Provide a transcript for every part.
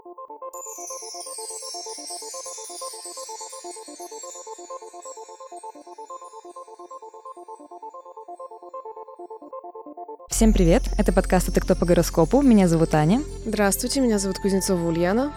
Всем привет! Это подкаст «Это кто по гороскопу?». Меня зовут Аня. Здравствуйте, меня зовут Кузнецова Ульяна.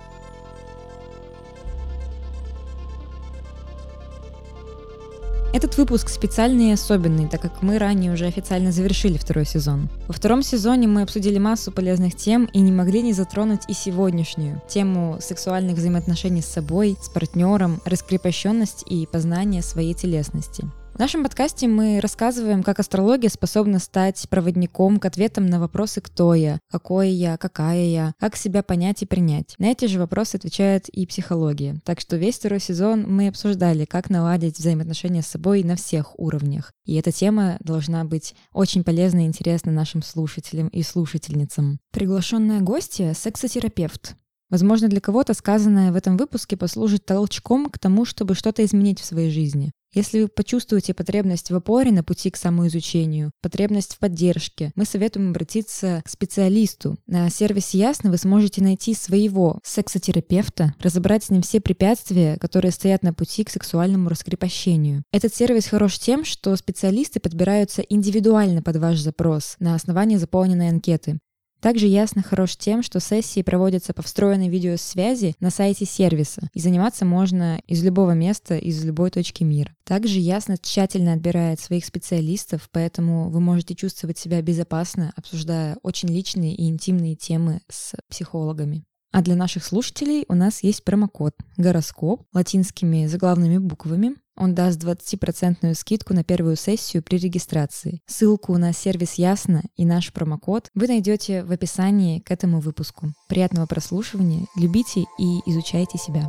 Этот выпуск специальный и особенный, так как мы ранее уже официально завершили второй сезон. Во втором сезоне мы обсудили массу полезных тем и не могли не затронуть и сегодняшнюю тему сексуальных взаимоотношений с собой, с партнером, раскрепощенность и познание своей телесности. В нашем подкасте мы рассказываем, как астрология способна стать проводником к ответам на вопросы «Кто я?», «Какой я?», «Какая я?», «Как себя понять и принять?». На эти же вопросы отвечает и психология. Так что весь второй сезон мы обсуждали, как наладить взаимоотношения с собой на всех уровнях. И эта тема должна быть очень полезна и интересна нашим слушателям и слушательницам. Приглашенная гостья — сексотерапевт. Возможно, для кого-то сказанное в этом выпуске послужит толчком к тому, чтобы что-то изменить в своей жизни. Если вы почувствуете потребность в опоре на пути к самоизучению, потребность в поддержке, мы советуем обратиться к специалисту. На сервисе Ясно вы сможете найти своего сексотерапевта, разобрать с ним все препятствия, которые стоят на пути к сексуальному раскрепощению. Этот сервис хорош тем, что специалисты подбираются индивидуально под ваш запрос на основании заполненной анкеты. Также Ясно хорош тем, что сессии проводятся по встроенной видеосвязи на сайте сервиса, и заниматься можно из любого места, из любой точки мира. Также Ясно тщательно отбирает своих специалистов, поэтому вы можете чувствовать себя безопасно, обсуждая очень личные и интимные темы с психологами. А для наших слушателей у нас есть промокод «Гороскоп» латинскими заглавными буквами. Он даст 20% скидку на первую сессию при регистрации. Ссылку на сервис Ясно и наш промокод вы найдете в описании к этому выпуску. Приятного прослушивания, любите и изучайте себя.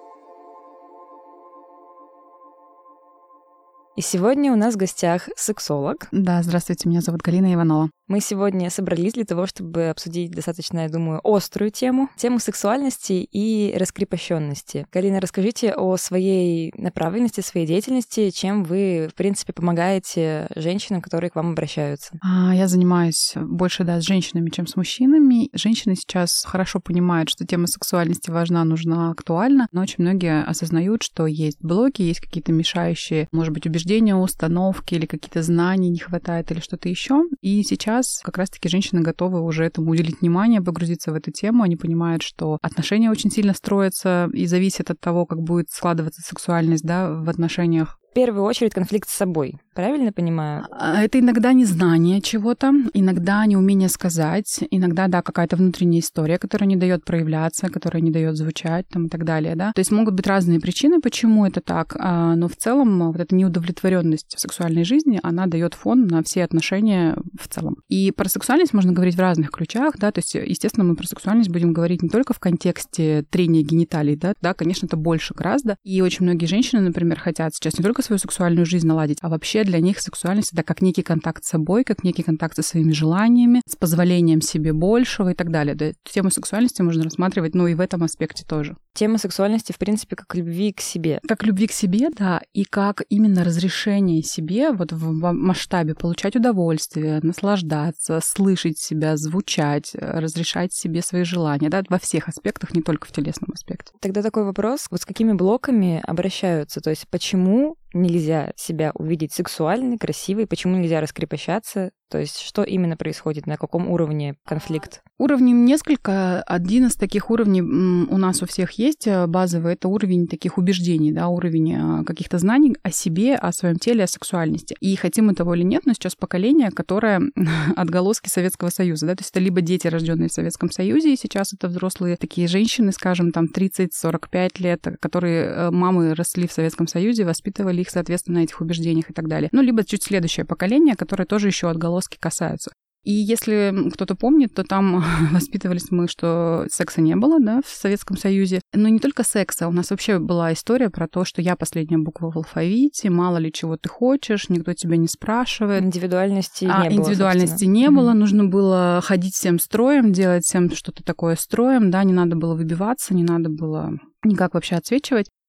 И сегодня у нас в гостях сексолог. Да, здравствуйте, меня зовут Галина Иванова. Мы сегодня собрались для того, чтобы обсудить достаточно, я думаю, острую тему сексуальности и раскрепощенности. Галина, расскажите о своей направленности, своей деятельности, чем вы, в принципе, помогаете женщинам, которые к вам обращаются. Я занимаюсь больше, с женщинами, чем с мужчинами. Женщины сейчас хорошо понимают, что тема сексуальности важна, нужна, актуальна, но очень многие осознают, что есть блоки, есть какие-то мешающие, может быть, убеждения, установки или какие-то знания не хватает или что-то еще. И сейчас как раз-таки женщины готовы уже этому уделить внимание, погрузиться в эту тему. Они понимают, что отношения очень сильно строятся и зависят от того, как будет складываться сексуальность, в отношениях. В первую очередь конфликт с собой. Правильно понимаю? Это иногда незнание чего-то, иногда неумение сказать, иногда, какая-то внутренняя история, которая не дает проявляться, которая не дает звучать и так далее, То есть могут быть разные причины, почему это так, но в целом вот эта неудовлетворенность в сексуальной жизни, она дает фон на все отношения в целом. И про сексуальность можно говорить в разных ключах, то есть, естественно, мы про сексуальность будем говорить не только в контексте трения гениталий, конечно, это больше гораздо. И очень многие женщины, например, хотят сейчас не только свою сексуальную жизнь наладить, а вообще для них сексуальность — это как некий контакт с собой, как некий контакт со своими желаниями, с позволением себе большего и так далее. Тему сексуальности можно рассматривать, и в этом аспекте тоже. Тема сексуальности, в принципе, как любви к себе. Как любви к себе, и как именно разрешение себе в масштабе получать удовольствие, наслаждаться, слышать себя, звучать, разрешать себе свои желания, во всех аспектах, не только в телесном аспекте. Тогда такой вопрос, с какими блоками обращаются? То есть почему нельзя себя увидеть сексуальной, красивой, почему нельзя раскрепощаться? То есть что именно происходит, на каком уровне конфликт? Уровней несколько. Один из таких уровней у нас у всех есть базовый. Это уровень таких убеждений, уровень каких-то знаний о себе, о своем теле, о сексуальности. И хотим мы того или нет, но сейчас поколение, которое отголоски Советского Союза. То есть это либо дети, рожденные в Советском Союзе, и сейчас это взрослые такие женщины, скажем, 30-45 лет, которые мамы росли в Советском Союзе, воспитывали их, соответственно, на этих убеждениях и так далее. Либо чуть следующее поколение, которое тоже еще отголоски касаются. И если кто-то помнит, то там воспитывались мы, что секса не было, в Советском Союзе. Но не только секса. У нас вообще была история про то, что я последняя буква в алфавите, мало ли чего ты хочешь, никто тебя не спрашивает. Индивидуальности не было. Индивидуальности не было. Нужно было ходить всем строем, делать всем что-то такое строем, не надо было выбиваться, не надо было никак вообще отсвечивать.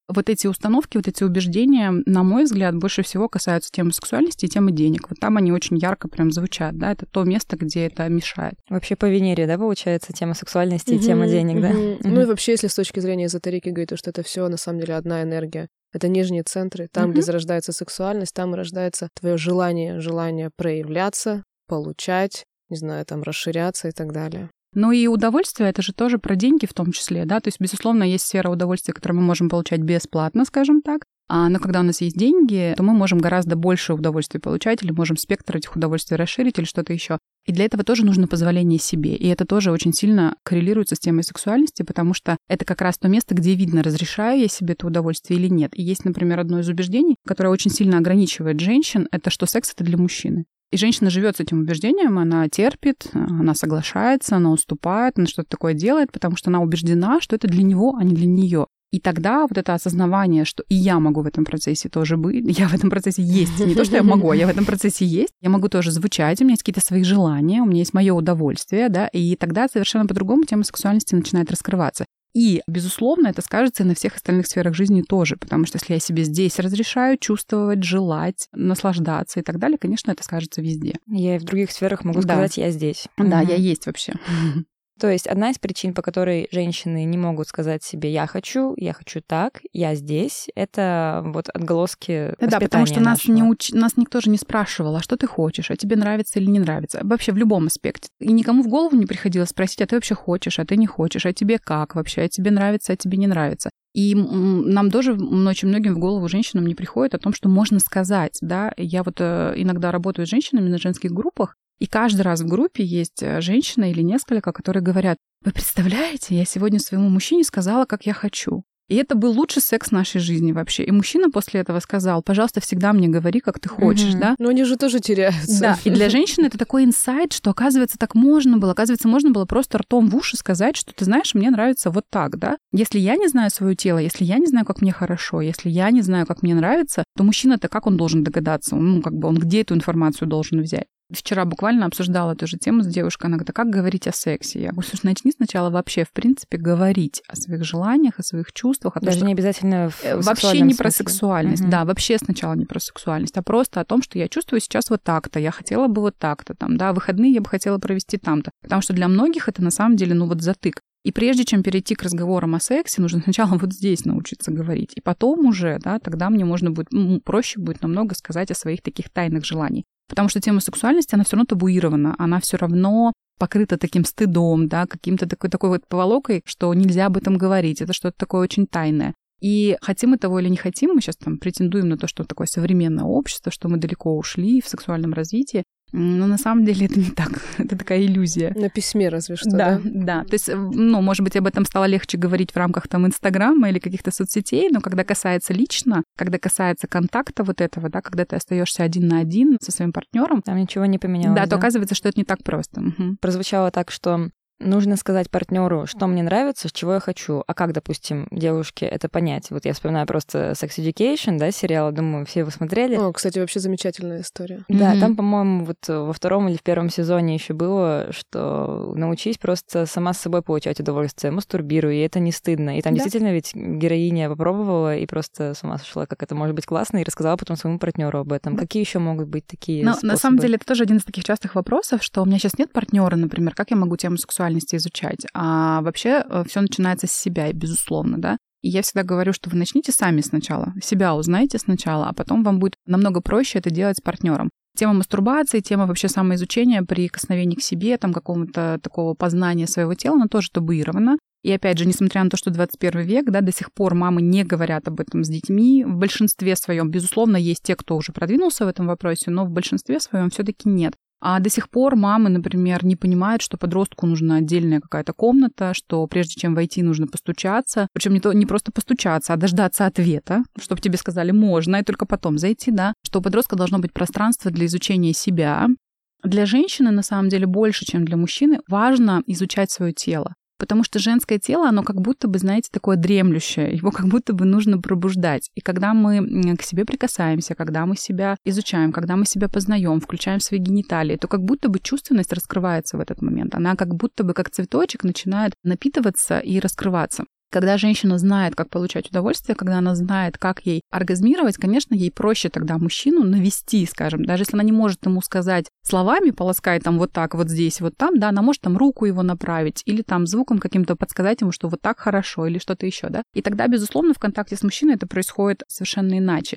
вот эти установки, вот эти убеждения, на мой взгляд, больше всего касаются темы сексуальности и темы денег. Вот там они очень ярко прям звучат, да, это то место, где это мешает. Вообще по Венере, да, получается, тема сексуальности и тема денег, да? Ну и вообще, если с точки зрения эзотерики говорить, то что это все на самом деле одна энергия. Это нижние центры, там, где зарождается сексуальность, там и рождается твое желание проявляться, получать, не знаю, там, расширяться и так далее. Ну и удовольствие — это же тоже про деньги в том числе, да, то есть, безусловно, есть сфера удовольствия, которую мы можем получать бесплатно, скажем так, но когда у нас есть деньги, то мы можем гораздо больше удовольствия получать или можем спектр этих удовольствий расширить или что-то еще. И для этого тоже нужно позволение себе. И это тоже очень сильно коррелируется с темой сексуальности, потому что это как раз то место, где видно, разрешаю я себе это удовольствие или нет. И есть, например, одно из убеждений, которое очень сильно ограничивает женщин, это что секс — это для мужчины. И женщина живет с этим убеждением, она терпит, она соглашается, она уступает, она что-то такое делает, потому что она убеждена, что это для него, а не для нее. И тогда вот это осознавание, что и я могу в этом процессе тоже быть, я в этом процессе есть, не то, что я могу, я в этом процессе есть, я могу тоже звучать, у меня есть какие-то свои желания, у меня есть мое удовольствие, да, и тогда совершенно по-другому тема сексуальности начинает раскрываться. И, безусловно, это скажется и на всех остальных сферах жизни тоже, потому что если я себе здесь разрешаю чувствовать, желать, наслаждаться и так далее, конечно, это скажется везде. Я и в других сферах могу сказать, я здесь. Да, я есть вообще. То есть одна из причин, по которой женщины не могут сказать себе «я хочу так, я здесь», это вот отголоски воспитания. Да, потому что нас никто же не спрашивал, а что ты хочешь, а тебе нравится или не нравится. Вообще в любом аспекте. И никому в голову не приходило спросить, а ты вообще хочешь, а ты не хочешь, а тебе как вообще, а тебе нравится, а тебе не нравится. И нам тоже очень многим в голову женщинам не приходит о том, что можно сказать, да. Я вот иногда работаю с женщинами на женских группах, и каждый раз в группе есть женщина или несколько, которые говорят: вы представляете, я сегодня своему мужчине сказала, как я хочу. И это был лучший секс нашей жизни вообще. И мужчина после этого сказал: пожалуйста, всегда мне говори, как ты хочешь, да? Но они же тоже теряются. Да, и для женщины это такой инсайт, что, оказывается, так можно было. Оказывается, можно было просто ртом в уши сказать, что, ты знаешь, мне нравится вот так, да? Если я не знаю свое тело, если я не знаю, как мне хорошо, если я не знаю, как мне нравится, то мужчина-то как он должен догадаться? Он где эту информацию должен взять? Вчера буквально обсуждала эту же тему с девушкой. Она говорит: а как говорить о сексе? Я говорю: слушай, начни сначала вообще, в принципе, говорить о своих желаниях, о своих чувствах. Даже не обязательно вообще не про сексуальность. Да, вообще сначала не про сексуальность, а просто о том, что я чувствую сейчас вот так-то, я хотела бы вот так-то, там, да, выходные я бы хотела провести там-то. Потому что для многих это на самом деле, затык. И прежде чем перейти к разговорам о сексе, нужно сначала вот здесь научиться говорить. И потом уже, да, тогда мне проще будет намного сказать о своих таких тайных желаниях. Потому что тема сексуальности, она все равно табуирована, она все равно покрыта таким стыдом, да, каким-то такой вот поволокой, что нельзя об этом говорить, это что-то такое очень тайное. И хотим мы того или не хотим, мы сейчас там претендуем на то, что такое современное общество, что мы далеко ушли в сексуальном развитии, но на самом деле это не так, это такая иллюзия. На письме разве что, да? Да, то есть, может быть, об этом стало легче говорить в рамках там Инстаграма или каких-то соцсетей, но когда касается лично, когда касается контакта вот этого, да, когда ты остаешься один на один со своим партнером, там ничего не поменялось. Да, то оказывается, что это не так просто. Прозвучало так, что нужно сказать партнеру, что мне нравится, чего я хочу. А как, допустим, девушке это понять? Вот я вспоминаю просто Sex Education, да, сериал, думаю, все его смотрели. О, кстати, вообще замечательная история. Да, там, по-моему, вот во втором или в первом сезоне еще было, что научись просто сама с собой получать удовольствие, мастурбируй, и это не стыдно. И там действительно ведь героиня попробовала и просто с ума сошла, как это может быть классно, и рассказала потом своему партнеру об этом. Да. Какие еще могут быть такие способы? На самом деле это тоже один из таких частых вопросов, что у меня сейчас нет партнера, например, как я могу тему сексуальности изучать. А вообще все начинается с себя, и безусловно, да. И я всегда говорю, что вы начните сами сначала, себя узнайте сначала, а потом вам будет намного проще это делать с партнером. Тема мастурбации, тема вообще самоизучения, прикосновения к себе, там какого-то такого познания своего тела, она тоже табуирована. И опять же, несмотря на то, что 21 век, да, до сих пор мамы не говорят об этом с детьми, в большинстве своем, безусловно, есть те, кто уже продвинулся в этом вопросе, но в большинстве своем все-таки нет. А до сих пор мамы, например, не понимают, что подростку нужна отдельная какая-то комната, что прежде чем войти, нужно постучаться. Причем не просто постучаться, а дождаться ответа, чтобы тебе сказали «можно», и только потом зайти, да. Что у подростка должно быть пространство для изучения себя. Для женщины, на самом деле, больше, чем для мужчины, важно изучать свое тело. Потому что женское тело, оно как будто бы, знаете, такое дремлющее, его как будто бы нужно пробуждать. И когда мы к себе прикасаемся, когда мы себя изучаем, когда мы себя познаем, включаем свои гениталии, то как будто бы чувственность раскрывается в этот момент. Она как будто бы, как цветочек, начинает напитываться и раскрываться. Когда женщина знает, как получать удовольствие, когда она знает, как ей оргазмировать, конечно, ей проще тогда мужчину навести, скажем. Даже если она не может ему сказать словами, полоскай там вот так, вот здесь, вот там, да, она может там руку его направить или там звуком каким-то подсказать ему, что вот так хорошо или что-то еще, да. И тогда, безусловно, в контакте с мужчиной это происходит совершенно иначе.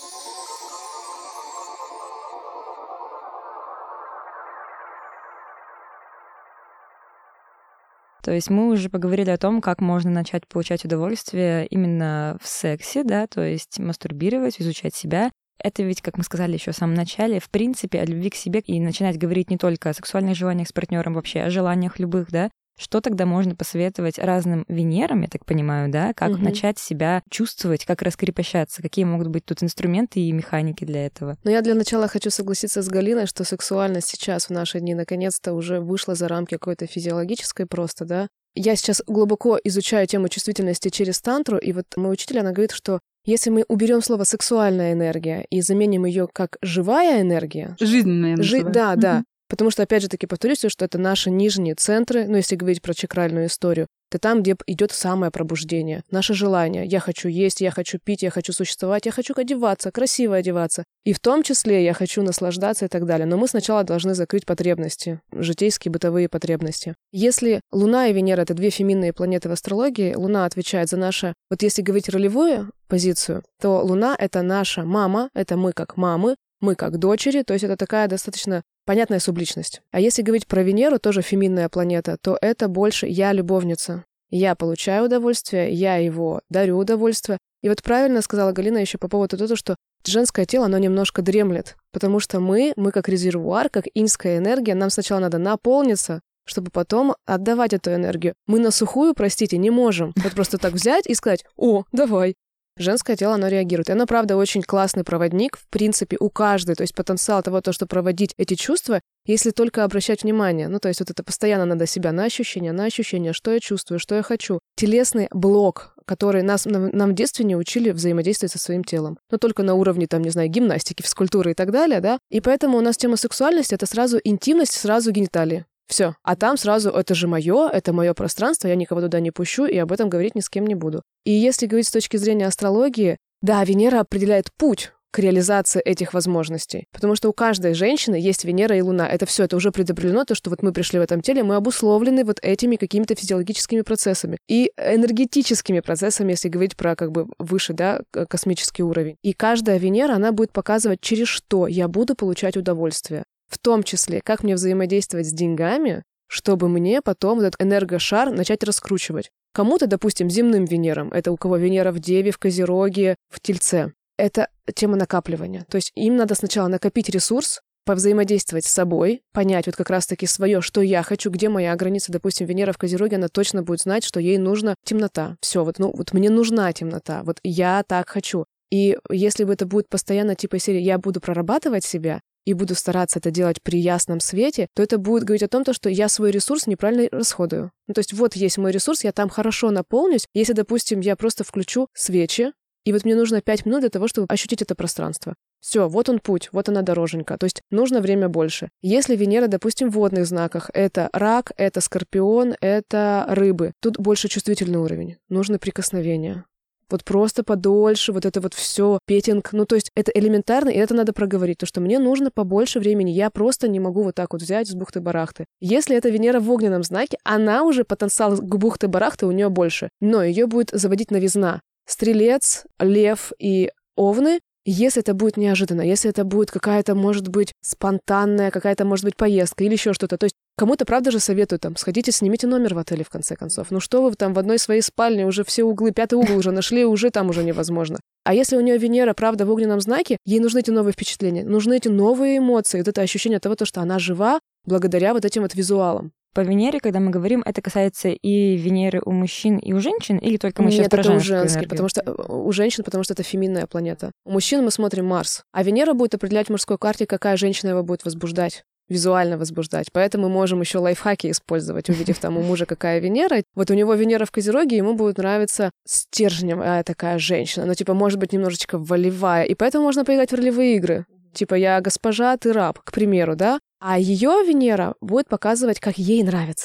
То есть мы уже поговорили о том, как можно начать получать удовольствие именно в сексе, да, то есть мастурбировать, изучать себя. Это ведь, как мы сказали еще в самом начале, в принципе, о любви к себе и начинать говорить не только о сексуальных желаниях с партнером, вообще о желаниях любых, да. Что тогда можно посоветовать разным Венерам, я так понимаю, да, как начать себя чувствовать, как раскрепощаться, какие могут быть тут инструменты и механики для этого? Но я для начала хочу согласиться с Галиной, что сексуальность сейчас в наши дни наконец-то уже вышла за рамки какой-то физиологической просто, да. Я сейчас глубоко изучаю тему чувствительности через тантру, и вот мой учитель, она говорит, что если мы уберем слово «сексуальная энергия» и заменим ее как «живая энергия», жизненная энергия. Да. Потому что, опять же таки, повторюсь, что это наши нижние центры, ну, если говорить про чакральную историю, это там, где идет самое пробуждение, наше желание. Я хочу есть, я хочу пить, я хочу существовать, я хочу одеваться, красиво одеваться. И в том числе я хочу наслаждаться и так далее. Но мы сначала должны закрыть потребности, житейские, бытовые потребности. Если Луна и Венера — это две феминные планеты в астрологии, Луна отвечает за наше... Вот если говорить ролевую позицию, то Луна — это наша мама, это мы как мамы, мы как дочери, то есть это такая достаточно понятная субличность. А если говорить про Венеру, тоже феминная планета, то это больше я любовница. Я получаю удовольствие, я его дарю удовольствие. И вот правильно сказала Галина еще по поводу того, что женское тело, оно немножко дремлет, потому что мы как резервуар, как иньская энергия, нам сначала надо наполниться, чтобы потом отдавать эту энергию. Мы на сухую, простите, не можем. Вот просто так взять и сказать: «О, давай». Женское тело, оно реагирует. И оно, правда, очень классный проводник, в принципе, у каждой. То есть потенциал того, что проводить эти чувства, если только обращать внимание. Ну, то есть вот это постоянно надо себя на ощущения, что я чувствую, что я хочу. Телесный блок, который нам в детстве не учили взаимодействовать со своим телом. Но только на уровне, там, не знаю, гимнастики, физкультуры и так далее, да. И поэтому у нас тема сексуальности — это сразу интимность, сразу гениталии. Все. А там сразу это же мое, это мое пространство, я никого туда не пущу и об этом говорить ни с кем не буду. И если говорить с точки зрения астрологии, да, Венера определяет путь к реализации этих возможностей. Потому что у каждой женщины есть Венера и Луна. Это все, это уже предопределено, то, что вот мы пришли в этом теле, мы обусловлены вот этими какими-то физиологическими процессами и энергетическими процессами, если говорить про как бы выше, да, космический уровень. И каждая Венера, она будет показывать, через что я буду получать удовольствие. В том числе, как мне взаимодействовать с деньгами, чтобы мне потом этот энергошар начать раскручивать. Кому-то, допустим, земным Венерам, это у кого Венера в Деве, в Козероге, в Тельце, это тема накапливания. То есть им надо сначала накопить ресурс, повзаимодействовать с собой, понять вот как раз-таки свое, что я хочу, где моя граница. Допустим, Венера в Козероге, она точно будет знать, что ей нужна темнота. Все, вот мне нужна темнота, вот я так хочу. И если бы это будет постоянно типа серии «я буду прорабатывать себя», и буду стараться это делать при ясном свете, то это будет говорить о том, что я свой ресурс неправильно расходую. Ну, то есть вот есть мой ресурс, я там хорошо наполнюсь. Если, допустим, я просто включу свечи, и вот мне нужно 5 минут для того, чтобы ощутить это пространство. Все, вот он путь, вот она дороженька. То есть нужно время больше. Если Венера, допустим, в водных знаках, это рак, это скорпион, это рыбы. Тут больше чувствительный уровень. Нужны прикосновения. Вот просто подольше, вот это вот все, петинг. Ну, то есть это элементарно, и это надо проговорить, то, что мне нужно побольше времени. Я просто не могу вот так вот взять с бухты-барахты. Если это Венера в огненном знаке, она уже потенциал к бухты-барахты у нее больше. Но ее будет заводить новизна. Стрелец, лев и овны, если это будет неожиданно, если это будет какая-то, может быть, спонтанная, какая-то, может быть, поездка или еще что-то. То есть кому-то, правда же, советую, там, сходите, снимите номер в отеле, в конце концов. Ну что вы там в одной своей спальне, уже все углы, 5-й угол уже нашли, уже там уже невозможно. А если у нее Венера, правда, в огненном знаке, ей нужны эти новые впечатления, нужны эти новые эмоции, вот это ощущение того, что она жива благодаря вот этим вот визуалам. По Венере, когда мы говорим, это касается и Венеры у мужчин, и у женщин, или только мы сейчас про женскую энергию? Нет, это у женских, потому что у женщин, потому что это феминная планета. У мужчин мы смотрим Марс, а Венера будет определять в мужской карте, какая женщина его будет возбуждать, визуально возбуждать. Поэтому мы можем еще лайфхаки использовать, увидев там у мужа, какая Венера. Вот у него Венера в Козероге, ему будет нравиться стержневая такая женщина, но типа может быть немножечко волевая, и поэтому можно поиграть в ролевые игры. Типа я госпожа, ты раб, к примеру, да? А ее Венера будет показывать, как ей нравится.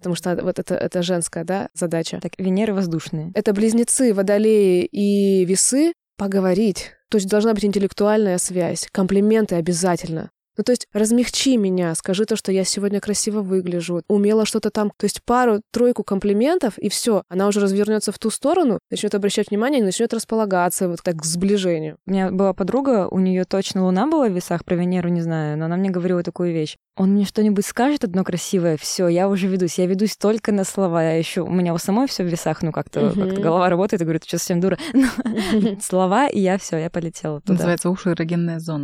потому что вот это женская, да, задача. Так, Венеры воздушные. Это близнецы, водолеи и весы поговорить. То есть должна быть интеллектуальная связь, комплименты обязательно. Ну, то есть размягчи меня, скажи то, что я сегодня красиво выгляжу, умела что-то там. То есть пару-тройку комплиментов, и все. Она уже развернется в ту сторону, начнет обращать внимание и начнет располагаться вот так к сближению. У меня была подруга, у нее точно Луна была в весах, про Венеру не знаю, но она мне говорила такую вещь. Он мне что-нибудь скажет одно красивое, все, я уже ведусь. Я ведусь только на слова. Я еще у меня у самой все в весах, ну как-то голова работает, и говорю, ты что, совсем дура? Слова, и я все, я полетела туда. Называется уши эрогенная зона.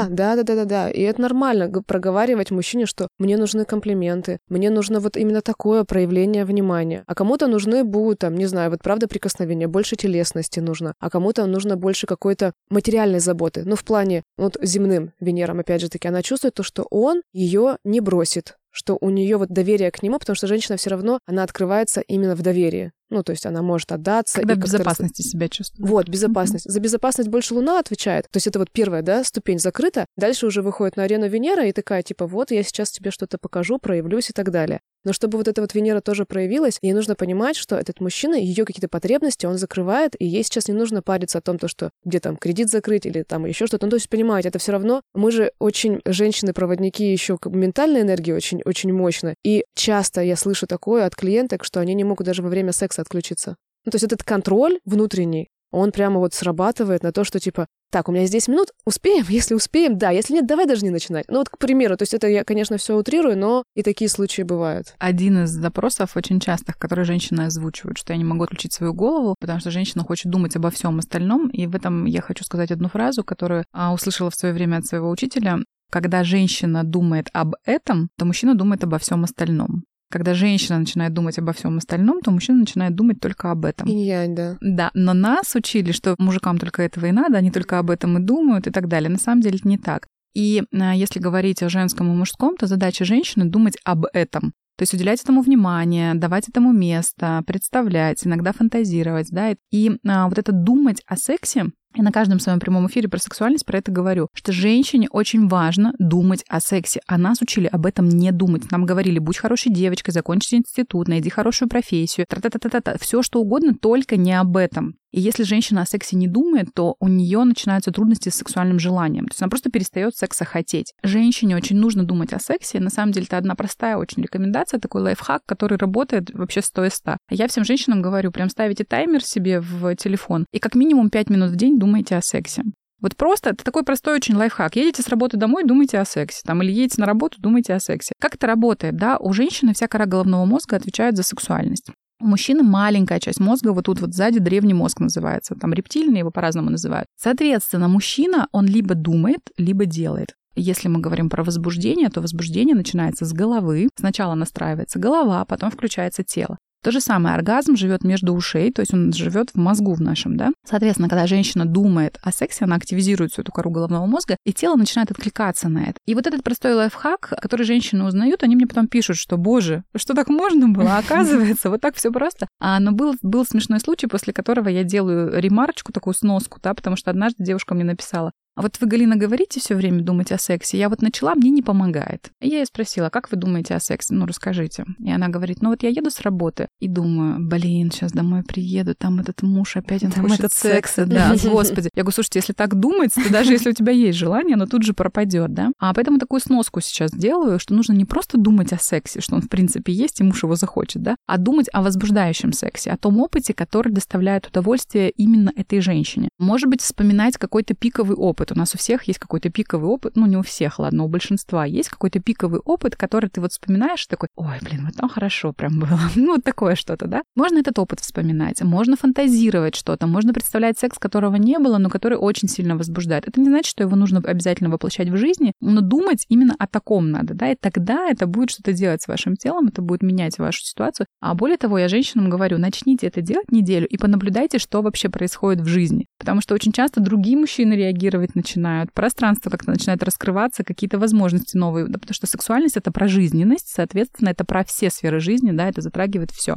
Да. И это нормально проговаривать мужчине, что мне нужны комплименты, мне нужно вот именно такое проявление внимания. А кому-то нужны будут, там, не знаю, вот правда прикосновения, больше телесности нужно, а кому-то нужно больше какой-то материальной заботы. Ну, в плане, вот земным Венерам, опять же таки, она чувствует то, что он ее не бросит, что у нее вот доверие к нему, потому что женщина все равно, она открывается именно в доверии. Ну, то есть она может отдаться. Когда в безопасности себя чувствует. Вот, безопасность. За безопасность больше Луна отвечает. То есть это вот первая, да, ступень закрыта. Дальше уже выходит на арену Венера и такая, типа, вот, я сейчас тебе что-то покажу, проявлюсь и так далее. Но чтобы вот эта вот Венера тоже проявилась, ей нужно понимать, что этот мужчина, ее какие-то потребности он закрывает, и ей сейчас не нужно париться о том, то, что где там кредит закрыть или там еще что-то. Ну, то есть, понимаете, это все равно, мы же очень, женщины-проводники еще ментальной энергии очень мощно. И часто я слышу такое от клиенток, что они не могут даже во время секса отключиться. Ну, то есть этот контроль внутренний, он прямо вот срабатывает на то, что типа, так, у меня есть 10 минут, успеем? Если успеем, да. Если нет, давай даже не начинать. Ну вот, к примеру, то есть это я, конечно, все утрирую, но и такие случаи бывают. Один из запросов очень частых, которые женщины озвучивают, что я не могу отключить свою голову, потому что женщина хочет думать обо всем остальном. И в этом я хочу сказать одну фразу, которую услышала в свое время от своего учителя. Когда женщина думает об этом, то мужчина думает обо всем остальном. Когда женщина начинает думать обо всем остальном, то мужчина начинает думать только об этом. Инь-янь, да. Да, но нас учили, что мужикам только этого и надо, они только об этом и думают и так далее. На самом деле это не так. И если говорить о женском и мужском, то задача женщины думать об этом. То есть уделять этому внимание, давать этому место, представлять, иногда фантазировать, да. И вот это думать о сексе, я на каждом своем прямом эфире про сексуальность про это говорю, что женщине очень важно думать о сексе. А нас учили об этом не думать. Нам говорили, будь хорошей девочкой, закончи институт, найди хорошую профессию, тра-та-та-та-та, все что угодно, только не об этом. И если женщина о сексе не думает, то у нее начинаются трудности с сексуальным желанием. То есть она просто перестает секса хотеть. Женщине очень нужно думать о сексе. На самом деле это одна простая очень рекомендация, такой лайфхак, который работает вообще 100 из 100. Я всем женщинам говорю, прям ставите таймер себе в телефон и как минимум 5 минут в день думайте о сексе. Вот просто, это такой простой очень лайфхак. Едете с работы домой, думайте о сексе. Там, или едете на работу, думайте о сексе. Как это работает, да? У женщины вся кора головного мозга отвечает за сексуальность. У мужчины маленькая часть мозга, вот тут вот сзади древний мозг называется, там рептильный его по-разному называют. Соответственно, мужчина, он либо думает, либо делает. Если мы говорим про возбуждение, то возбуждение начинается с головы. Сначала настраивается голова, потом включается тело. То же самое, оргазм живет между ушей, то есть он живет в мозгу в нашем, да. Соответственно, когда женщина думает о сексе, она активизирует всю эту кору головного мозга, и тело начинает откликаться на это. И вот этот простой лайфхак, который женщины узнают, они мне потом пишут, что, боже, что так можно было? Оказывается, вот так все просто. Но был смешной случай, после которого я делаю ремарочку, такую сноску, да, потому что однажды девушка мне написала: а вот вы, Галина, говорите все время думать о сексе, я вот начала, мне не помогает. И я ей спросила, как вы думаете о сексе? Ну, расскажите. И она говорит, ну вот я еду с работы и думаю, блин, сейчас домой приеду, там этот муж опять, он хочет этот секса. Да, господи. Я говорю, слушайте, если так думать, то даже если у тебя есть желание, оно тут же пропадет, да? А поэтому такую сноску сейчас делаю, что нужно не просто думать о сексе, что он в принципе есть, и муж его захочет, да? А думать о возбуждающем сексе, о том опыте, который доставляет удовольствие именно этой женщине. Может быть, вспоминать какой-то пиковый опыт. У нас у всех есть какой-то пиковый опыт, ну не у всех, ладно, у большинства есть какой-то пиковый опыт, который ты вот вспоминаешь, такой, ой, блин, вот там хорошо прям было, ну вот такое что-то, да. Можно этот опыт вспоминать, можно фантазировать что-то, можно представлять секс, которого не было, но который очень сильно возбуждает. Это не значит, что его нужно обязательно воплощать в жизни, но думать именно о таком надо, да, и тогда это будет что-то делать с вашим телом, это будет менять вашу ситуацию. А более того, я женщинам говорю, начните это делать неделю и понаблюдайте, что вообще происходит в жизни, потому что очень часто другие мужчины реагировать начинают, пространство как-то начинает раскрываться, какие-то возможности новые, да, потому что сексуальность — это про жизненность, соответственно, это про все сферы жизни, да, это затрагивает все.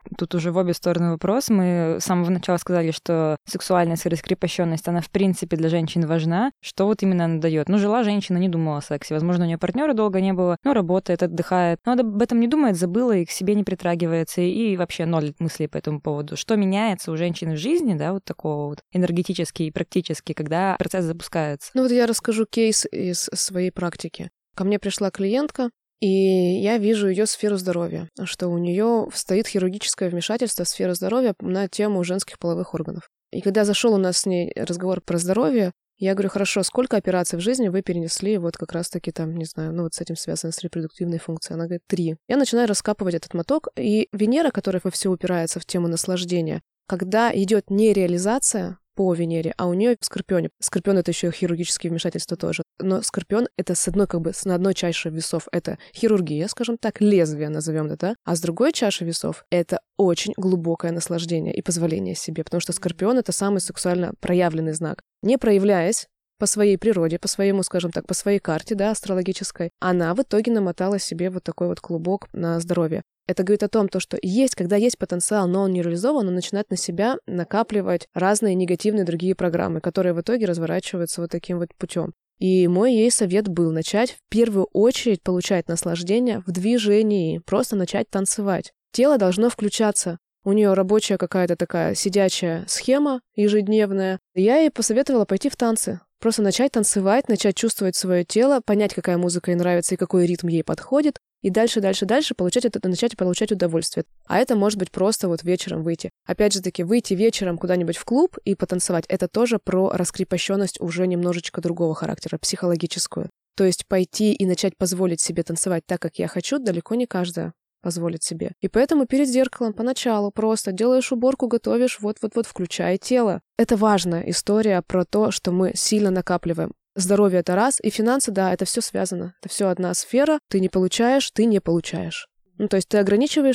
тут уже в обе стороны вопрос. Мы с самого начала сказали, что сексуальность и раскрепощенность, она в принципе для женщин важна. Что вот именно она дает? Ну, жила женщина, не думала о сексе. Возможно, у нее партнера долго не было, но работает, отдыхает. Но об этом не думает, забыла и к себе не притрагивается. И вообще ноль мыслей по этому поводу. Что меняется у женщины в жизни, да, вот такого вот энергетически и практически, когда процесс запускается? Ну вот я расскажу кейс из своей практики. Ко мне пришла клиентка, и я вижу ее сферу здоровья, что у нее стоит хирургическое вмешательство в сферу здоровья на тему женских половых органов. И когда зашел у нас с ней разговор про здоровье, я говорю, хорошо, сколько операций в жизни вы перенесли вот как раз-таки там, не знаю, ну вот с этим связано с репродуктивной функцией? Она говорит, 3. Я начинаю раскапывать этот моток, и Венера, которая во все упирается в тему наслаждения, когда идет не реализация по Венере, а у нее в Скорпионе. Скорпион — это еще хирургические вмешательства тоже. Но Скорпион — это с одной, на одной чаше весов это хирургия, скажем так, лезвие назовем это, да? А с другой чаши весов это очень глубокое наслаждение и позволение себе, потому что Скорпион — это самый сексуально проявленный знак. Не проявляясь по своей природе, по своему, скажем так, по своей карте, да, астрологической, она в итоге намотала себе вот такой вот клубок на здоровье. Это говорит о том, что когда есть потенциал, но он не реализован, он начинает на себя накапливать разные негативные другие программы, которые в итоге разворачиваются вот таким вот путем. И мой ей совет был начать в первую очередь получать наслаждение в движении, просто начать танцевать. Тело должно включаться. У нее рабочая какая-то такая сидячая схема ежедневная. Я ей посоветовала пойти в танцы. Просто начать танцевать, начать чувствовать свое тело, понять, какая музыка ей нравится и какой ритм ей подходит, и дальше начать получать удовольствие. А это может быть просто вот вечером выйти. Опять же таки, выйти вечером куда-нибудь в клуб и потанцевать, это тоже про раскрепощенность уже немножечко другого характера, психологическую. То есть пойти и начать позволить себе танцевать так, как я хочу, далеко не каждая позволит себе. И поэтому перед зеркалом поначалу просто делаешь уборку, готовишь, вот-вот-вот, включая тело. Это важная история про то, что мы сильно накапливаем. Здоровье — это раз, и финансы, да, это все связано. Это все одна сфера. Ты не получаешь, ты не получаешь. Ну, то есть ты ограничиваешь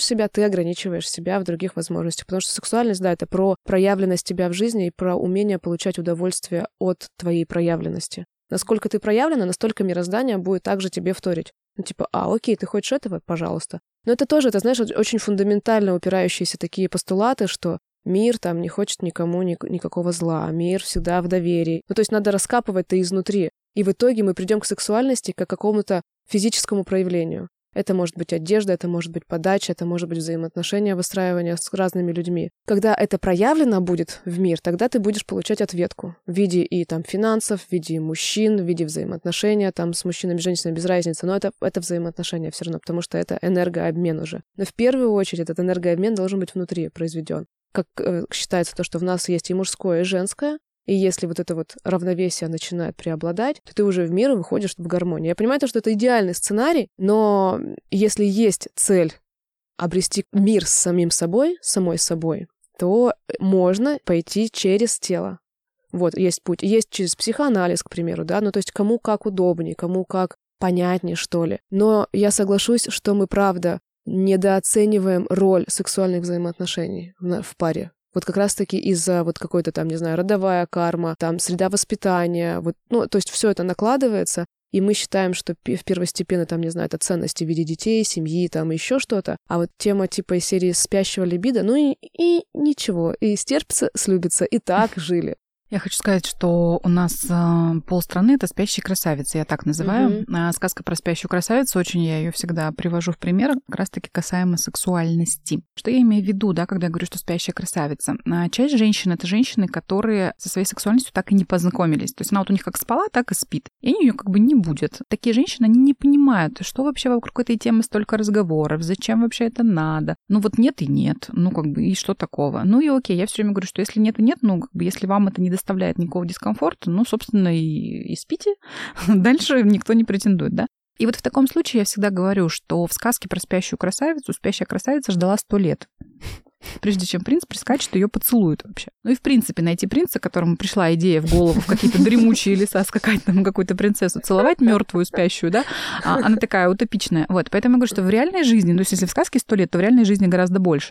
себя в других возможностях. Потому что сексуальность, да, это про проявленность тебя в жизни и про умение получать удовольствие от твоей проявленности. Насколько ты проявлена, настолько мироздание будет также тебе вторить. Ну, типа, окей, ты хочешь этого? Пожалуйста. Но это тоже, ты знаешь, очень фундаментально упирающиеся такие постулаты, что мир там не хочет никому никакого зла, мир всегда в доверии. Ну, то есть надо раскапывать-то изнутри. И в итоге мы придем к сексуальности как к какому-то физическому проявлению. Это может быть одежда, это может быть подача, это может быть взаимоотношения, выстраивание с разными людьми. Когда это проявлено будет в мир, тогда ты будешь получать ответку в виде и там финансов, в виде мужчин, в виде взаимоотношения там с мужчинами, женщинами, без разницы, но это взаимоотношения все равно, потому что это энергообмен уже. Но в первую очередь этот энергообмен должен быть внутри произведен. Как считается то, что в нас есть и мужское, и женское, и если вот это вот равновесие начинает преобладать, то ты уже в мир выходишь в гармонию. Я понимаю, что это идеальный сценарий, но если есть цель обрести мир с самим собой, самой собой, то можно пойти через тело. Вот, есть путь. Есть через психоанализ, к примеру, да, ну то есть кому как удобнее, кому как понятнее, что ли. Но я соглашусь, что мы, правда, недооцениваем роль сексуальных взаимоотношений в паре. Вот как раз-таки из-за вот какой-то там, не знаю, родовая карма, там среда воспитания, вот, ну, то есть все это накладывается, и мы считаем, что первостепенно, там, не знаю, это ценности в виде детей, семьи, там, еще что-то, а вот тема типа из серии спящего либидо, ну и ничего, и стерпится, слюбится, и так жили. Я хочу сказать, что у нас полстраны — это спящие красавицы, я так называю. Сказка про спящую красавицу, очень я ее всегда привожу в пример, как раз-таки касаемо сексуальности. Что я имею в виду, да, когда я говорю, что спящая красавица? Часть женщин — это женщины, которые со своей сексуальностью так и не познакомились. То есть она вот у них как спала, так и спит. И они ее как бы не будет. Такие женщины, они не понимают, что вообще вокруг этой темы столько разговоров, зачем вообще это надо. Ну вот нет и нет, ну как бы и что такого? Ну и окей, я все время говорю, что если нет и нет, ну как бы если вам это не доставляет никакого дискомфорта, ну, собственно, и спите. Дальше никто не претендует, да? И вот в таком случае я всегда говорю, что в сказке про спящую красавицу спящая красавица ждала 100 лет, прежде чем принц прискачет и ее поцелует вообще. Ну и в принципе найти принца, которому пришла идея в голову в какие-то дремучие леса скакать там какую-то принцессу, целовать мертвую спящую, да, она такая утопичная. Вот, поэтому я говорю, что в реальной жизни, то есть если в сказке 100 лет, то в реальной жизни гораздо больше, да.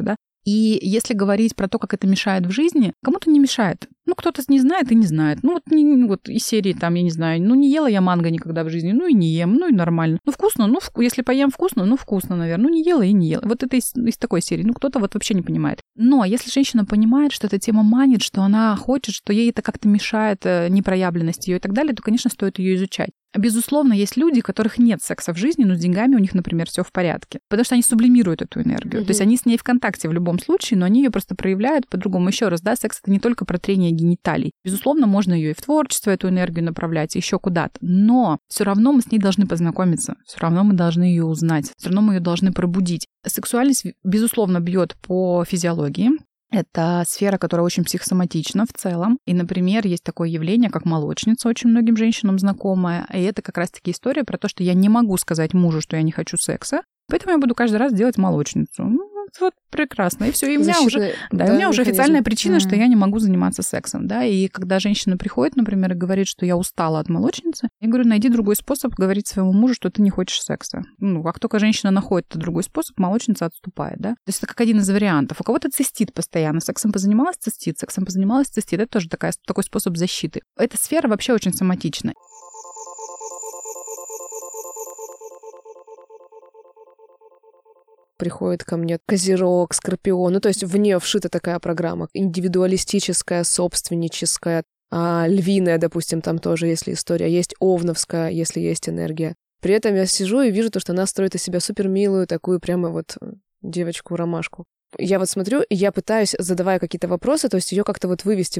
И если говорить про то, как это мешает в жизни, кому-то не мешает. Кто-то не знает и не знает. Вот из серии, там, я не знаю, не ела я манго никогда в жизни, и не ем, и нормально. Вкусно, если поем вкусно, вкусно, наверное. Не ела и не ела. Вот это из такой серии. Кто-то вот вообще не понимает. Но если женщина понимает, что эта тема манит, что она хочет, что ей это как-то мешает, непроявленность ее и так далее, то, конечно, стоит ее изучать. Безусловно, есть люди, у которых нет секса в жизни, но с деньгами у них, например, все в порядке. Потому что они сублимируют эту энергию. То есть они с ней в контакте в любом случае, но они ее просто проявляют по-другому. Еще раз, да, секс — это не только про трение гениталий. Безусловно, можно ее и в творчество, эту энергию направлять, еще куда-то. Но все равно мы с ней должны познакомиться. Все равно мы должны ее узнать. Все равно мы ее должны пробудить. Сексуальность, безусловно, бьет по физиологии. Это сфера, которая очень психосоматична в целом. И, например, есть такое явление, как молочница, очень многим женщинам знакомое. И это как раз-таки история про то, что я не могу сказать мужу, что я не хочу секса, поэтому я буду каждый раз делать молочницу. Вот прекрасно. И все. И у меня уже, у меня уже официальная причина, что я не могу заниматься сексом. Да? И когда женщина приходит, например, и говорит, что я устала от молочницы, я говорю, найди другой способ говорить своему мужу, что ты не хочешь секса. Как только женщина находит другой способ, молочница отступает. Да? То есть это как один из вариантов. У кого-то цистит постоянно. Сексом позанималась — цистит. Сексом позанималась — цистит. Это тоже такой способ защиты. Эта сфера вообще очень соматична. Приходит ко мне Козерог, Скорпион. То есть в нее вшита такая программа. Индивидуалистическая, собственническая, львиная, допустим, там тоже, если история. Есть овновская, если есть энергия. При этом я сижу и вижу то, что она строит из себя супермилую, такую прямо вот девочку-ромашку. Я вот смотрю, и я пытаюсь, задавая какие-то вопросы, то есть ее как-то вот вывести,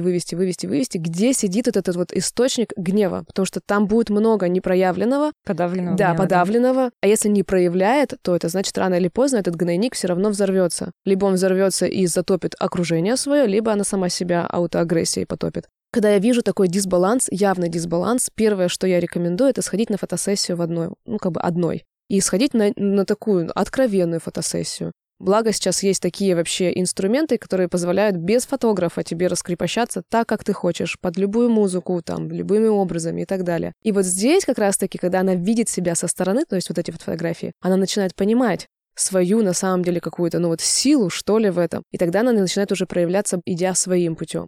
где сидит этот вот источник гнева, потому что там будет много непроявленного. Подавленного. Да, гнева, подавленного. А если не проявляет, то это значит, рано или поздно этот гнойник все равно взорвется. Либо он взорвется и затопит окружение свое, либо она сама себя аутоагрессией потопит. Когда я вижу такой дисбаланс, явный дисбаланс, первое, что я рекомендую, это сходить на фотосессию в одной. И сходить на такую откровенную фотосессию. Благо сейчас есть такие вообще инструменты, которые позволяют без фотографа тебе раскрепощаться так, как ты хочешь, под любую музыку, там, любыми образами и так далее. И вот здесь как раз-таки, когда она видит себя со стороны, то есть вот эти вот фотографии, она начинает понимать свою, на самом деле, какую-то, силу, что ли, в этом. И тогда она начинает уже проявляться, идя своим путем.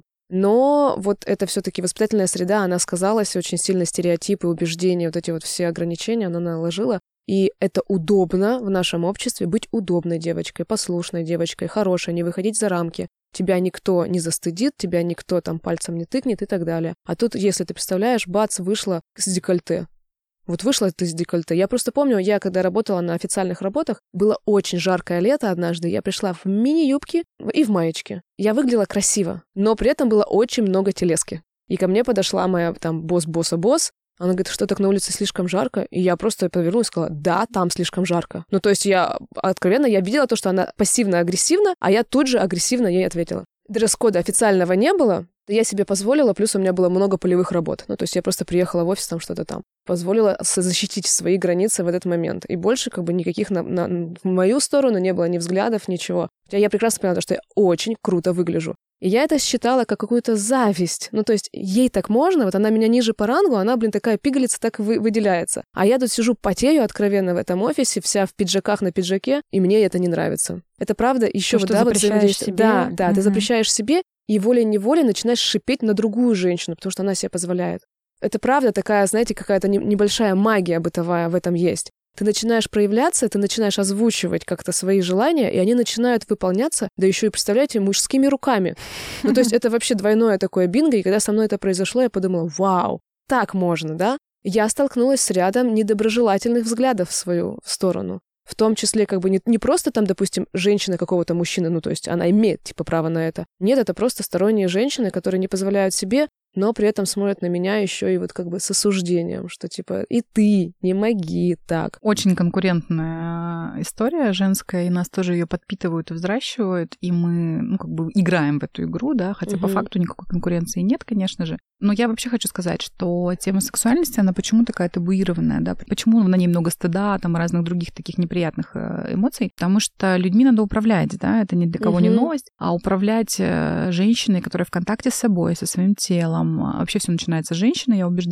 Но вот это все-таки воспитательная среда, она сказалась, очень сильно стереотипы, убеждения, вот эти вот все ограничения она наложила. И это удобно в нашем обществе быть удобной девочкой, послушной девочкой, хорошей, не выходить за рамки. Тебя никто не застыдит, тебя никто там пальцем не тыкнет и так далее. А тут, если ты представляешь, бац, вышла с декольте. Вот вышла ты с декольте. Я просто помню, я когда работала на официальных работах, было очень жаркое лето однажды, я пришла в мини-юбке и в маечке. Я выглядела красиво, но при этом было очень много телески. И ко мне подошла моя там босс. Она говорит, что так на улице слишком жарко? И я просто повернулась и сказала, да, там слишком жарко. То есть я видела то, что она пассивно-агрессивна, а я тут же агрессивно ей ответила. Дресс-кода официального не было, я себе позволила, плюс у меня было много полевых работ. То есть я просто приехала в офис, там что-то там. Позволила защитить свои границы в этот момент. И больше никаких в мою сторону не было ни взглядов, ничего. Хотя я прекрасно поняла, что я очень круто выгляжу. И я это считала как какую-то зависть. То есть ей так можно, вот она меня ниже по рангу, она, такая пигалица так выделяется. А я тут сижу, потею откровенно в этом офисе, вся в пиджаках на пиджаке, и мне это не нравится. Это правда еще вот запрещаешь себе. Да, ты запрещаешь себе, и волей-неволей начинаешь шипеть на другую женщину, потому что она себе позволяет. Это правда такая, знаете, какая-то небольшая магия бытовая в этом есть. Ты начинаешь проявляться, ты начинаешь озвучивать как-то свои желания, и они начинают выполняться, да еще и, представляете, мужскими руками. То есть это вообще двойное такое бинго, и когда со мной это произошло, я подумала, вау, так можно, да? Я столкнулась с рядом недоброжелательных взглядов в свою сторону. В том числе не просто там, допустим, женщина какого-то мужчины, то есть она имеет право на это. Нет, это просто сторонние женщины, которые не позволяют себе, но при этом смотрят на меня еще и с осуждением, что и ты не моги так. Очень конкурентная история женская, и нас тоже ее подпитывают и взращивают, и мы, играем в эту игру, да, хотя по факту никакой конкуренции нет, конечно же. Но я вообще хочу сказать, что тема сексуальности, она почему такая табуированная, да, почему на ней много стыда, там, и разных других таких неприятных эмоций, потому что людьми надо управлять, да, это ни для кого не новость, а управлять женщиной, которая в контакте с собой, со своим телом, вообще все начинается с женщины, я убеждена,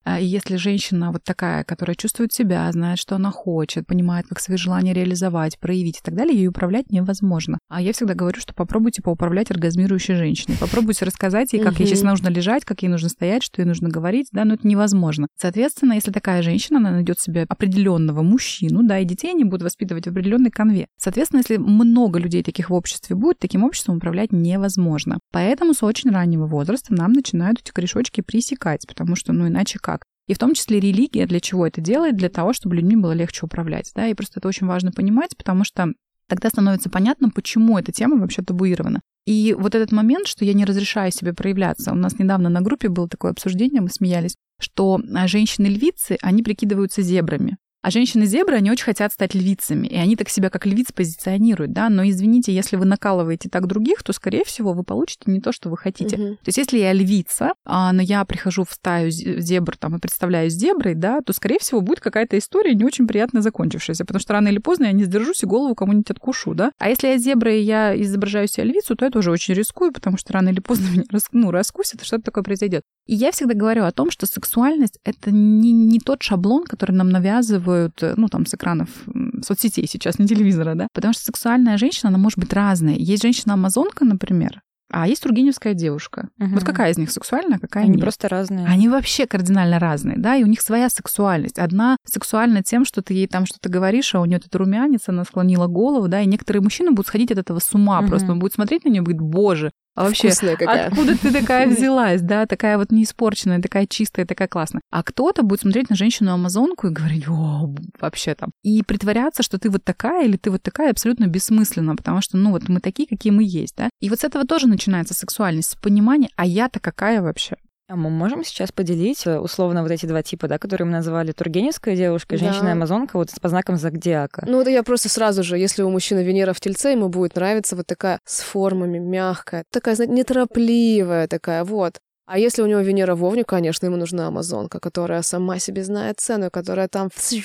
И если женщина вот такая, которая чувствует себя, знает, что она хочет, понимает, как свои желания реализовать, проявить и так далее, ей управлять невозможно. А я всегда говорю, что попробуйте поуправлять оргазмирующей женщиной. Попробуйте рассказать ей, как ей сейчас нужно лежать, как ей нужно стоять, что ей нужно говорить, да, но это невозможно. Соответственно, если такая женщина, она найдет себе определенного мужчину, да, и детей они будут воспитывать в определенной конве. Соответственно, если много людей таких в обществе будет, таким обществом управлять невозможно. Поэтому с очень раннего возраста нам начинают эти корешочки пресекать, потому что, иначе как? И в том числе религия для чего это делает? Для того, чтобы людьми было легче управлять. Да? И просто это очень важно понимать, потому что тогда становится понятно, почему эта тема вообще табуирована. И вот этот момент, что я не разрешаю себе проявляться. У нас недавно на группе было такое обсуждение, мы смеялись, что женщины-львицы, они прикидываются зебрами. А женщины-зебры, они очень хотят стать львицами, и они так себя как львиц позиционируют, да, но извините, если вы накалываете так других, то, скорее всего, вы получите не то, что вы хотите. То есть если я львица, но я прихожу в стаю зебр там, и представляюсь зеброй, да, то, скорее всего, будет какая-то история не очень приятно закончившаяся, потому что рано или поздно я не сдержусь и голову кому-нибудь откушу, да. А если я зебра, и я изображаю себя львицу, то я тоже очень рискую, потому что рано или поздно меня раскусят, и что-то такое произойдет. И я всегда говорю о том, что сексуальность — это не тот шаблон, который нам навязывают, с экранов соцсетей сейчас, не телевизора, да? Потому что сексуальная женщина, она может быть разная. Есть женщина-амазонка, например, а есть тургеневская девушка. Вот какая из них сексуальная, какая нет? Они просто разные. Они вообще кардинально разные, да, и у них своя сексуальность. Одна сексуальна тем, что ты ей там что-то говоришь, а у нее этот румянец, она склонила голову, да, и некоторые мужчины будут сходить от этого с ума, просто он будет смотреть на нее и говорит: боже, а вообще, откуда ты такая взялась, да, такая вот неиспорченная, такая чистая, такая классная. А кто-то будет смотреть на женщину-амазонку и говорить: о, вообще там. И притворяться, что ты вот такая или ты вот такая, абсолютно бессмысленно, потому что, мы такие, какие мы есть, да. И вот с этого тоже начинается сексуальность, с понимания, а я-то какая вообще? А мы можем сейчас поделить условно вот эти два типа, да, которые мы назвали: тургеневская девушка, женщина-амазонка, вот по знакам зодиака. Это я просто сразу же, если у мужчины Венера в Тельце, ему будет нравиться вот такая с формами, мягкая, такая, знаете, неторопливая такая, вот. А если у него Венера в Овне, конечно, ему нужна амазонка, которая сама себе знает цену, которая там...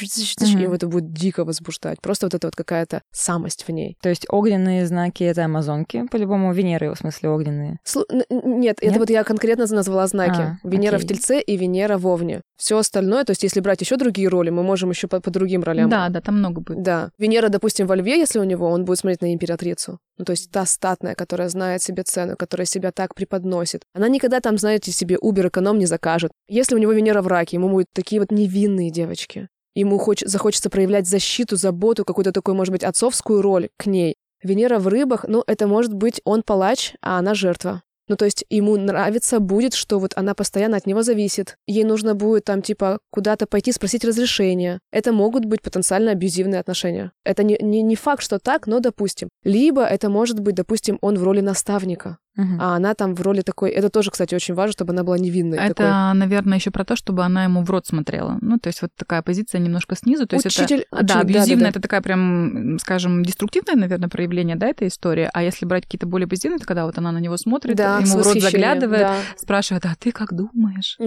Его это будет дико возбуждать. Просто вот это вот какая-то самость в ней. То есть огненные знаки — это амазонки, по-любому, Венеры, в смысле, огненные? Нет, это вот я конкретно назвала знаки. Венера в Тельце и Венера в Овне. Все остальное, то есть если брать еще другие роли, мы можем еще по другим ролям. Да, там много будет. Да. Венера, допустим, во Льве, если у него, он будет смотреть на императрицу. То есть та статная, которая знает себе цену, которая себя так преподносит. Она никогда там, знаете, себе Uber-эконом не закажет. Если у него Венера в Раке, ему будут такие вот невинные девочки. Ему захочется проявлять защиту, заботу, какую-то такую, может быть, отцовскую роль к ней. Венера в Рыбах, это может быть он палач, а она жертва. То есть ему нравится будет, что вот она постоянно от него зависит. Ей нужно будет там типа куда-то пойти спросить разрешения. Это могут быть потенциально абьюзивные отношения. Это не факт, что так, но допустим. Либо это может быть, допустим, он в роли наставника. А она там в роли такой... Это тоже, кстати, очень важно, чтобы она была невинной. Это, такой... наверное, еще про то, чтобы она ему в рот смотрела. То есть вот такая позиция немножко снизу. То есть это, абьюзивная, это такая прям, скажем, деструктивное, наверное, проявление, да, этой истории. А если брать какие-то более позитивные, то когда вот она на него смотрит, ему в рот заглядывает, спрашивает: а ты как думаешь?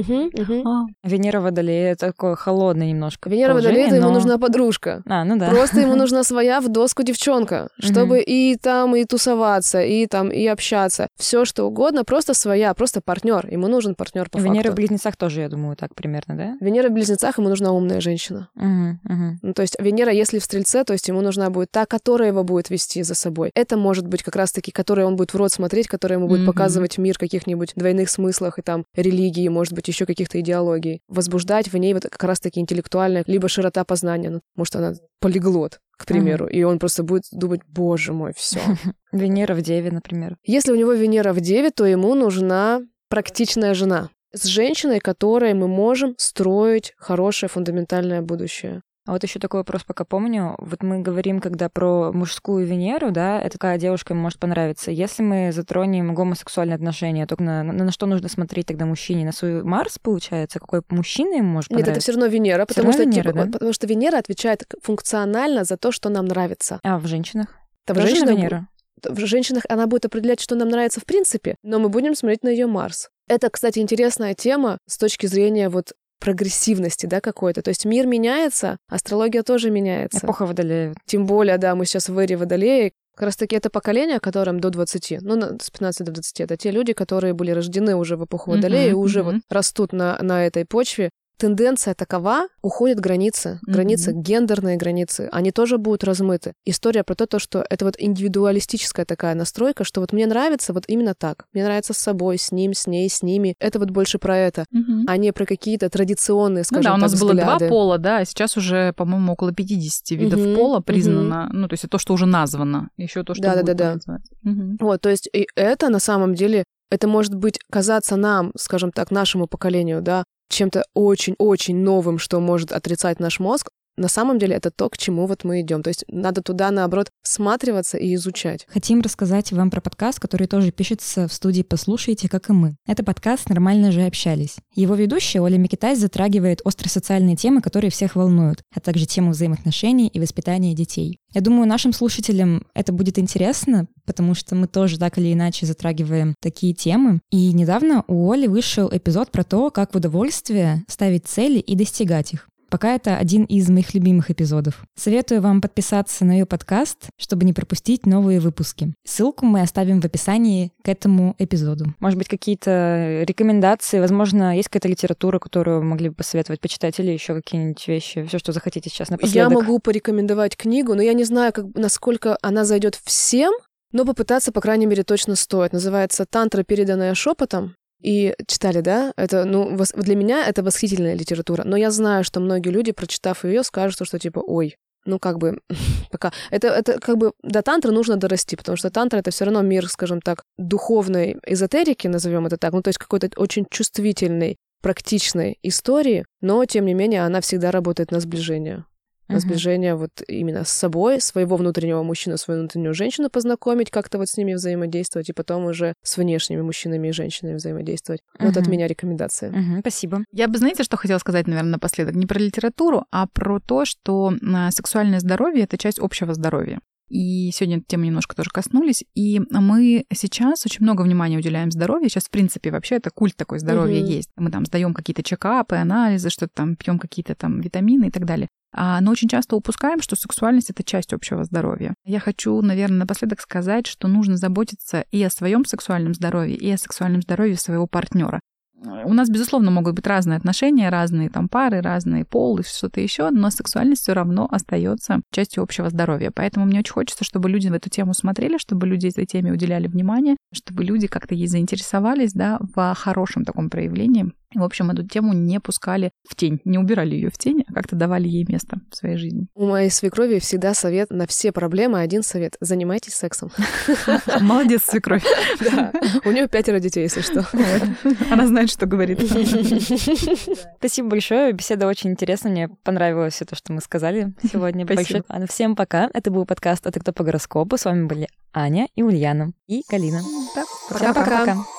Венера Водолея такой холодный немножко. Венера Водолея, ему нужна подружка. Просто ему нужна своя в доску девчонка, чтобы и там, и тусоваться, и там, и общаться. Все что угодно, просто своя, просто партнер. Ему нужен партнер по факту. Венера в Близнецах тоже, я думаю, так примерно, да? Венера в Близнецах, ему нужна умная женщина. То есть Венера, если в Стрельце, то есть ему нужна будет та, которая его будет вести за собой. Это может быть как раз-таки, которая он будет в рот смотреть, которая ему будет показывать мир в каких-нибудь двойных смыслах и там религии, может быть, еще каких-то идеологий. Возбуждать в ней вот как раз-таки интеллектуальная, либо широта познания. Может, она полиглот, к примеру, и он просто будет думать: боже мой, все. Венера в Деве, например. Если у него Венера в Деве, то ему нужна практичная жена. С женщиной, которой мы можем строить хорошее фундаментальное будущее. А вот еще такой вопрос, пока помню. Вот мы говорим, когда про мужскую Венеру, да, это такая девушка им может понравиться. Если мы затронем гомосексуальные отношения, то на что нужно смотреть тогда мужчине? На свой Марс, получается? Какой мужчина им может понравиться? Нет, это все равно Венера, потому что Венера отвечает функционально за то, что нам нравится. А в женщинах? В женщинах она будет определять, что нам нравится в принципе, но мы будем смотреть на ее Марс. Это, кстати, интересная тема с точки зрения вот прогрессивности, да, какой-то. То есть мир меняется, астрология тоже меняется. Эпоха Водолея. Тем более, да, мы сейчас в эре Водолея. Как раз-таки это поколение, которым до 20, с 15 до 20, это те люди, которые были рождены уже в эпоху Водолея и уже вот растут на этой почве. тенденция такова, уходят границы, гендерные границы, они тоже будут размыты. История про то, что это вот индивидуалистическая такая настройка, что вот мне нравится вот именно так. Мне нравится с собой, с ним, с ней, с ними. Это вот больше про это, а не про какие-то традиционные, скажем так, у нас было взгляды. 2 пола, да, а сейчас уже, по-моему, около 50 видов пола признано. Ну, то есть это то, что уже названо, еще то, что будет называться. Вот, то есть и это на самом деле, это может быть казаться нам, скажем так, нашему поколению, да, чем-то очень-очень новым, что может отрицать наш мозг. На самом деле это то, к чему вот мы идем. То есть надо туда, наоборот, всматриваться и изучать. Хотим рассказать вам про подкаст, который тоже пишется в студии «Послушайте, как и мы». Это подкаст «Нормально же общались». Его ведущая Оля Микитась затрагивает острые социальные темы, которые всех волнуют, а также тему взаимоотношений и воспитания детей. Я думаю, нашим слушателям это будет интересно, потому что мы тоже так или иначе затрагиваем такие темы. И недавно у Оли вышел эпизод про то, как в удовольствие ставить цели и достигать их. Пока это один из моих любимых эпизодов. Советую вам подписаться на ее подкаст, чтобы не пропустить новые выпуски. Ссылку мы оставим в описании к этому эпизоду. Может быть, какие-то рекомендации, возможно, есть какая-то литература, которую могли бы посоветовать почитать, или еще какие-нибудь вещи, все, что захотите сейчас напоследок. Я могу порекомендовать книгу, но я не знаю, насколько она зайдет всем, но попытаться, по крайней мере, точно стоит. Называется «Тантра, переданная шепотом». И читали, да? Это, для меня это восхитительная литература. Но я знаю, что многие люди, прочитав ее, скажут, что типа, ой, пока. Это как бы до тантры нужно дорасти, потому что тантра — это все равно мир, скажем так, духовной эзотерики, назовем это так, то есть какой-то очень чувствительной, практичной истории, но, тем не менее, она всегда работает на сближение. На сближение вот именно с собой, своего внутреннего мужчину, свою внутреннюю женщину познакомить, как-то вот с ними взаимодействовать, и потом уже с внешними мужчинами и женщинами взаимодействовать. Вот от меня рекомендация. Спасибо. Я бы, знаете, что хотела сказать, наверное, напоследок? Не про литературу, а про то, что сексуальное здоровье — это часть общего здоровья. И сегодня эту тему немножко тоже коснулись. И мы сейчас очень много внимания уделяем здоровью. Сейчас, в принципе, вообще это культ такой здоровья есть. Мы там сдаем какие-то чекапы, анализы, что-то там, пьем какие-то там витамины и так далее. Но очень часто упускаем, что сексуальность — это часть общего здоровья. Я хочу, наверное, напоследок сказать, что нужно заботиться и о своем сексуальном здоровье, и о сексуальном здоровье своего партнера. У нас, безусловно, могут быть разные отношения, разные там пары, разные пол и что-то еще, но сексуальность все равно остается частью общего здоровья. Поэтому мне очень хочется, чтобы люди в эту тему смотрели, чтобы люди этой теме уделяли внимание, чтобы люди как-то ей заинтересовались, да, в хорошем таком проявлении. В общем, эту тему не пускали в тень, не убирали ее в тень, а как-то давали ей место в своей жизни. У моей свекрови всегда совет на все проблемы, один совет — занимайтесь сексом. Молодец, свекровь. Да, у нее 5 детей, если что. Она знает, что говорит. Спасибо большое, беседа очень интересная, мне понравилось все то, что мы сказали сегодня. Спасибо. Всем пока, это был подкаст «А ты кто по гороскопу», с вами были Аня и Ульяна и Галина. Пока-пока.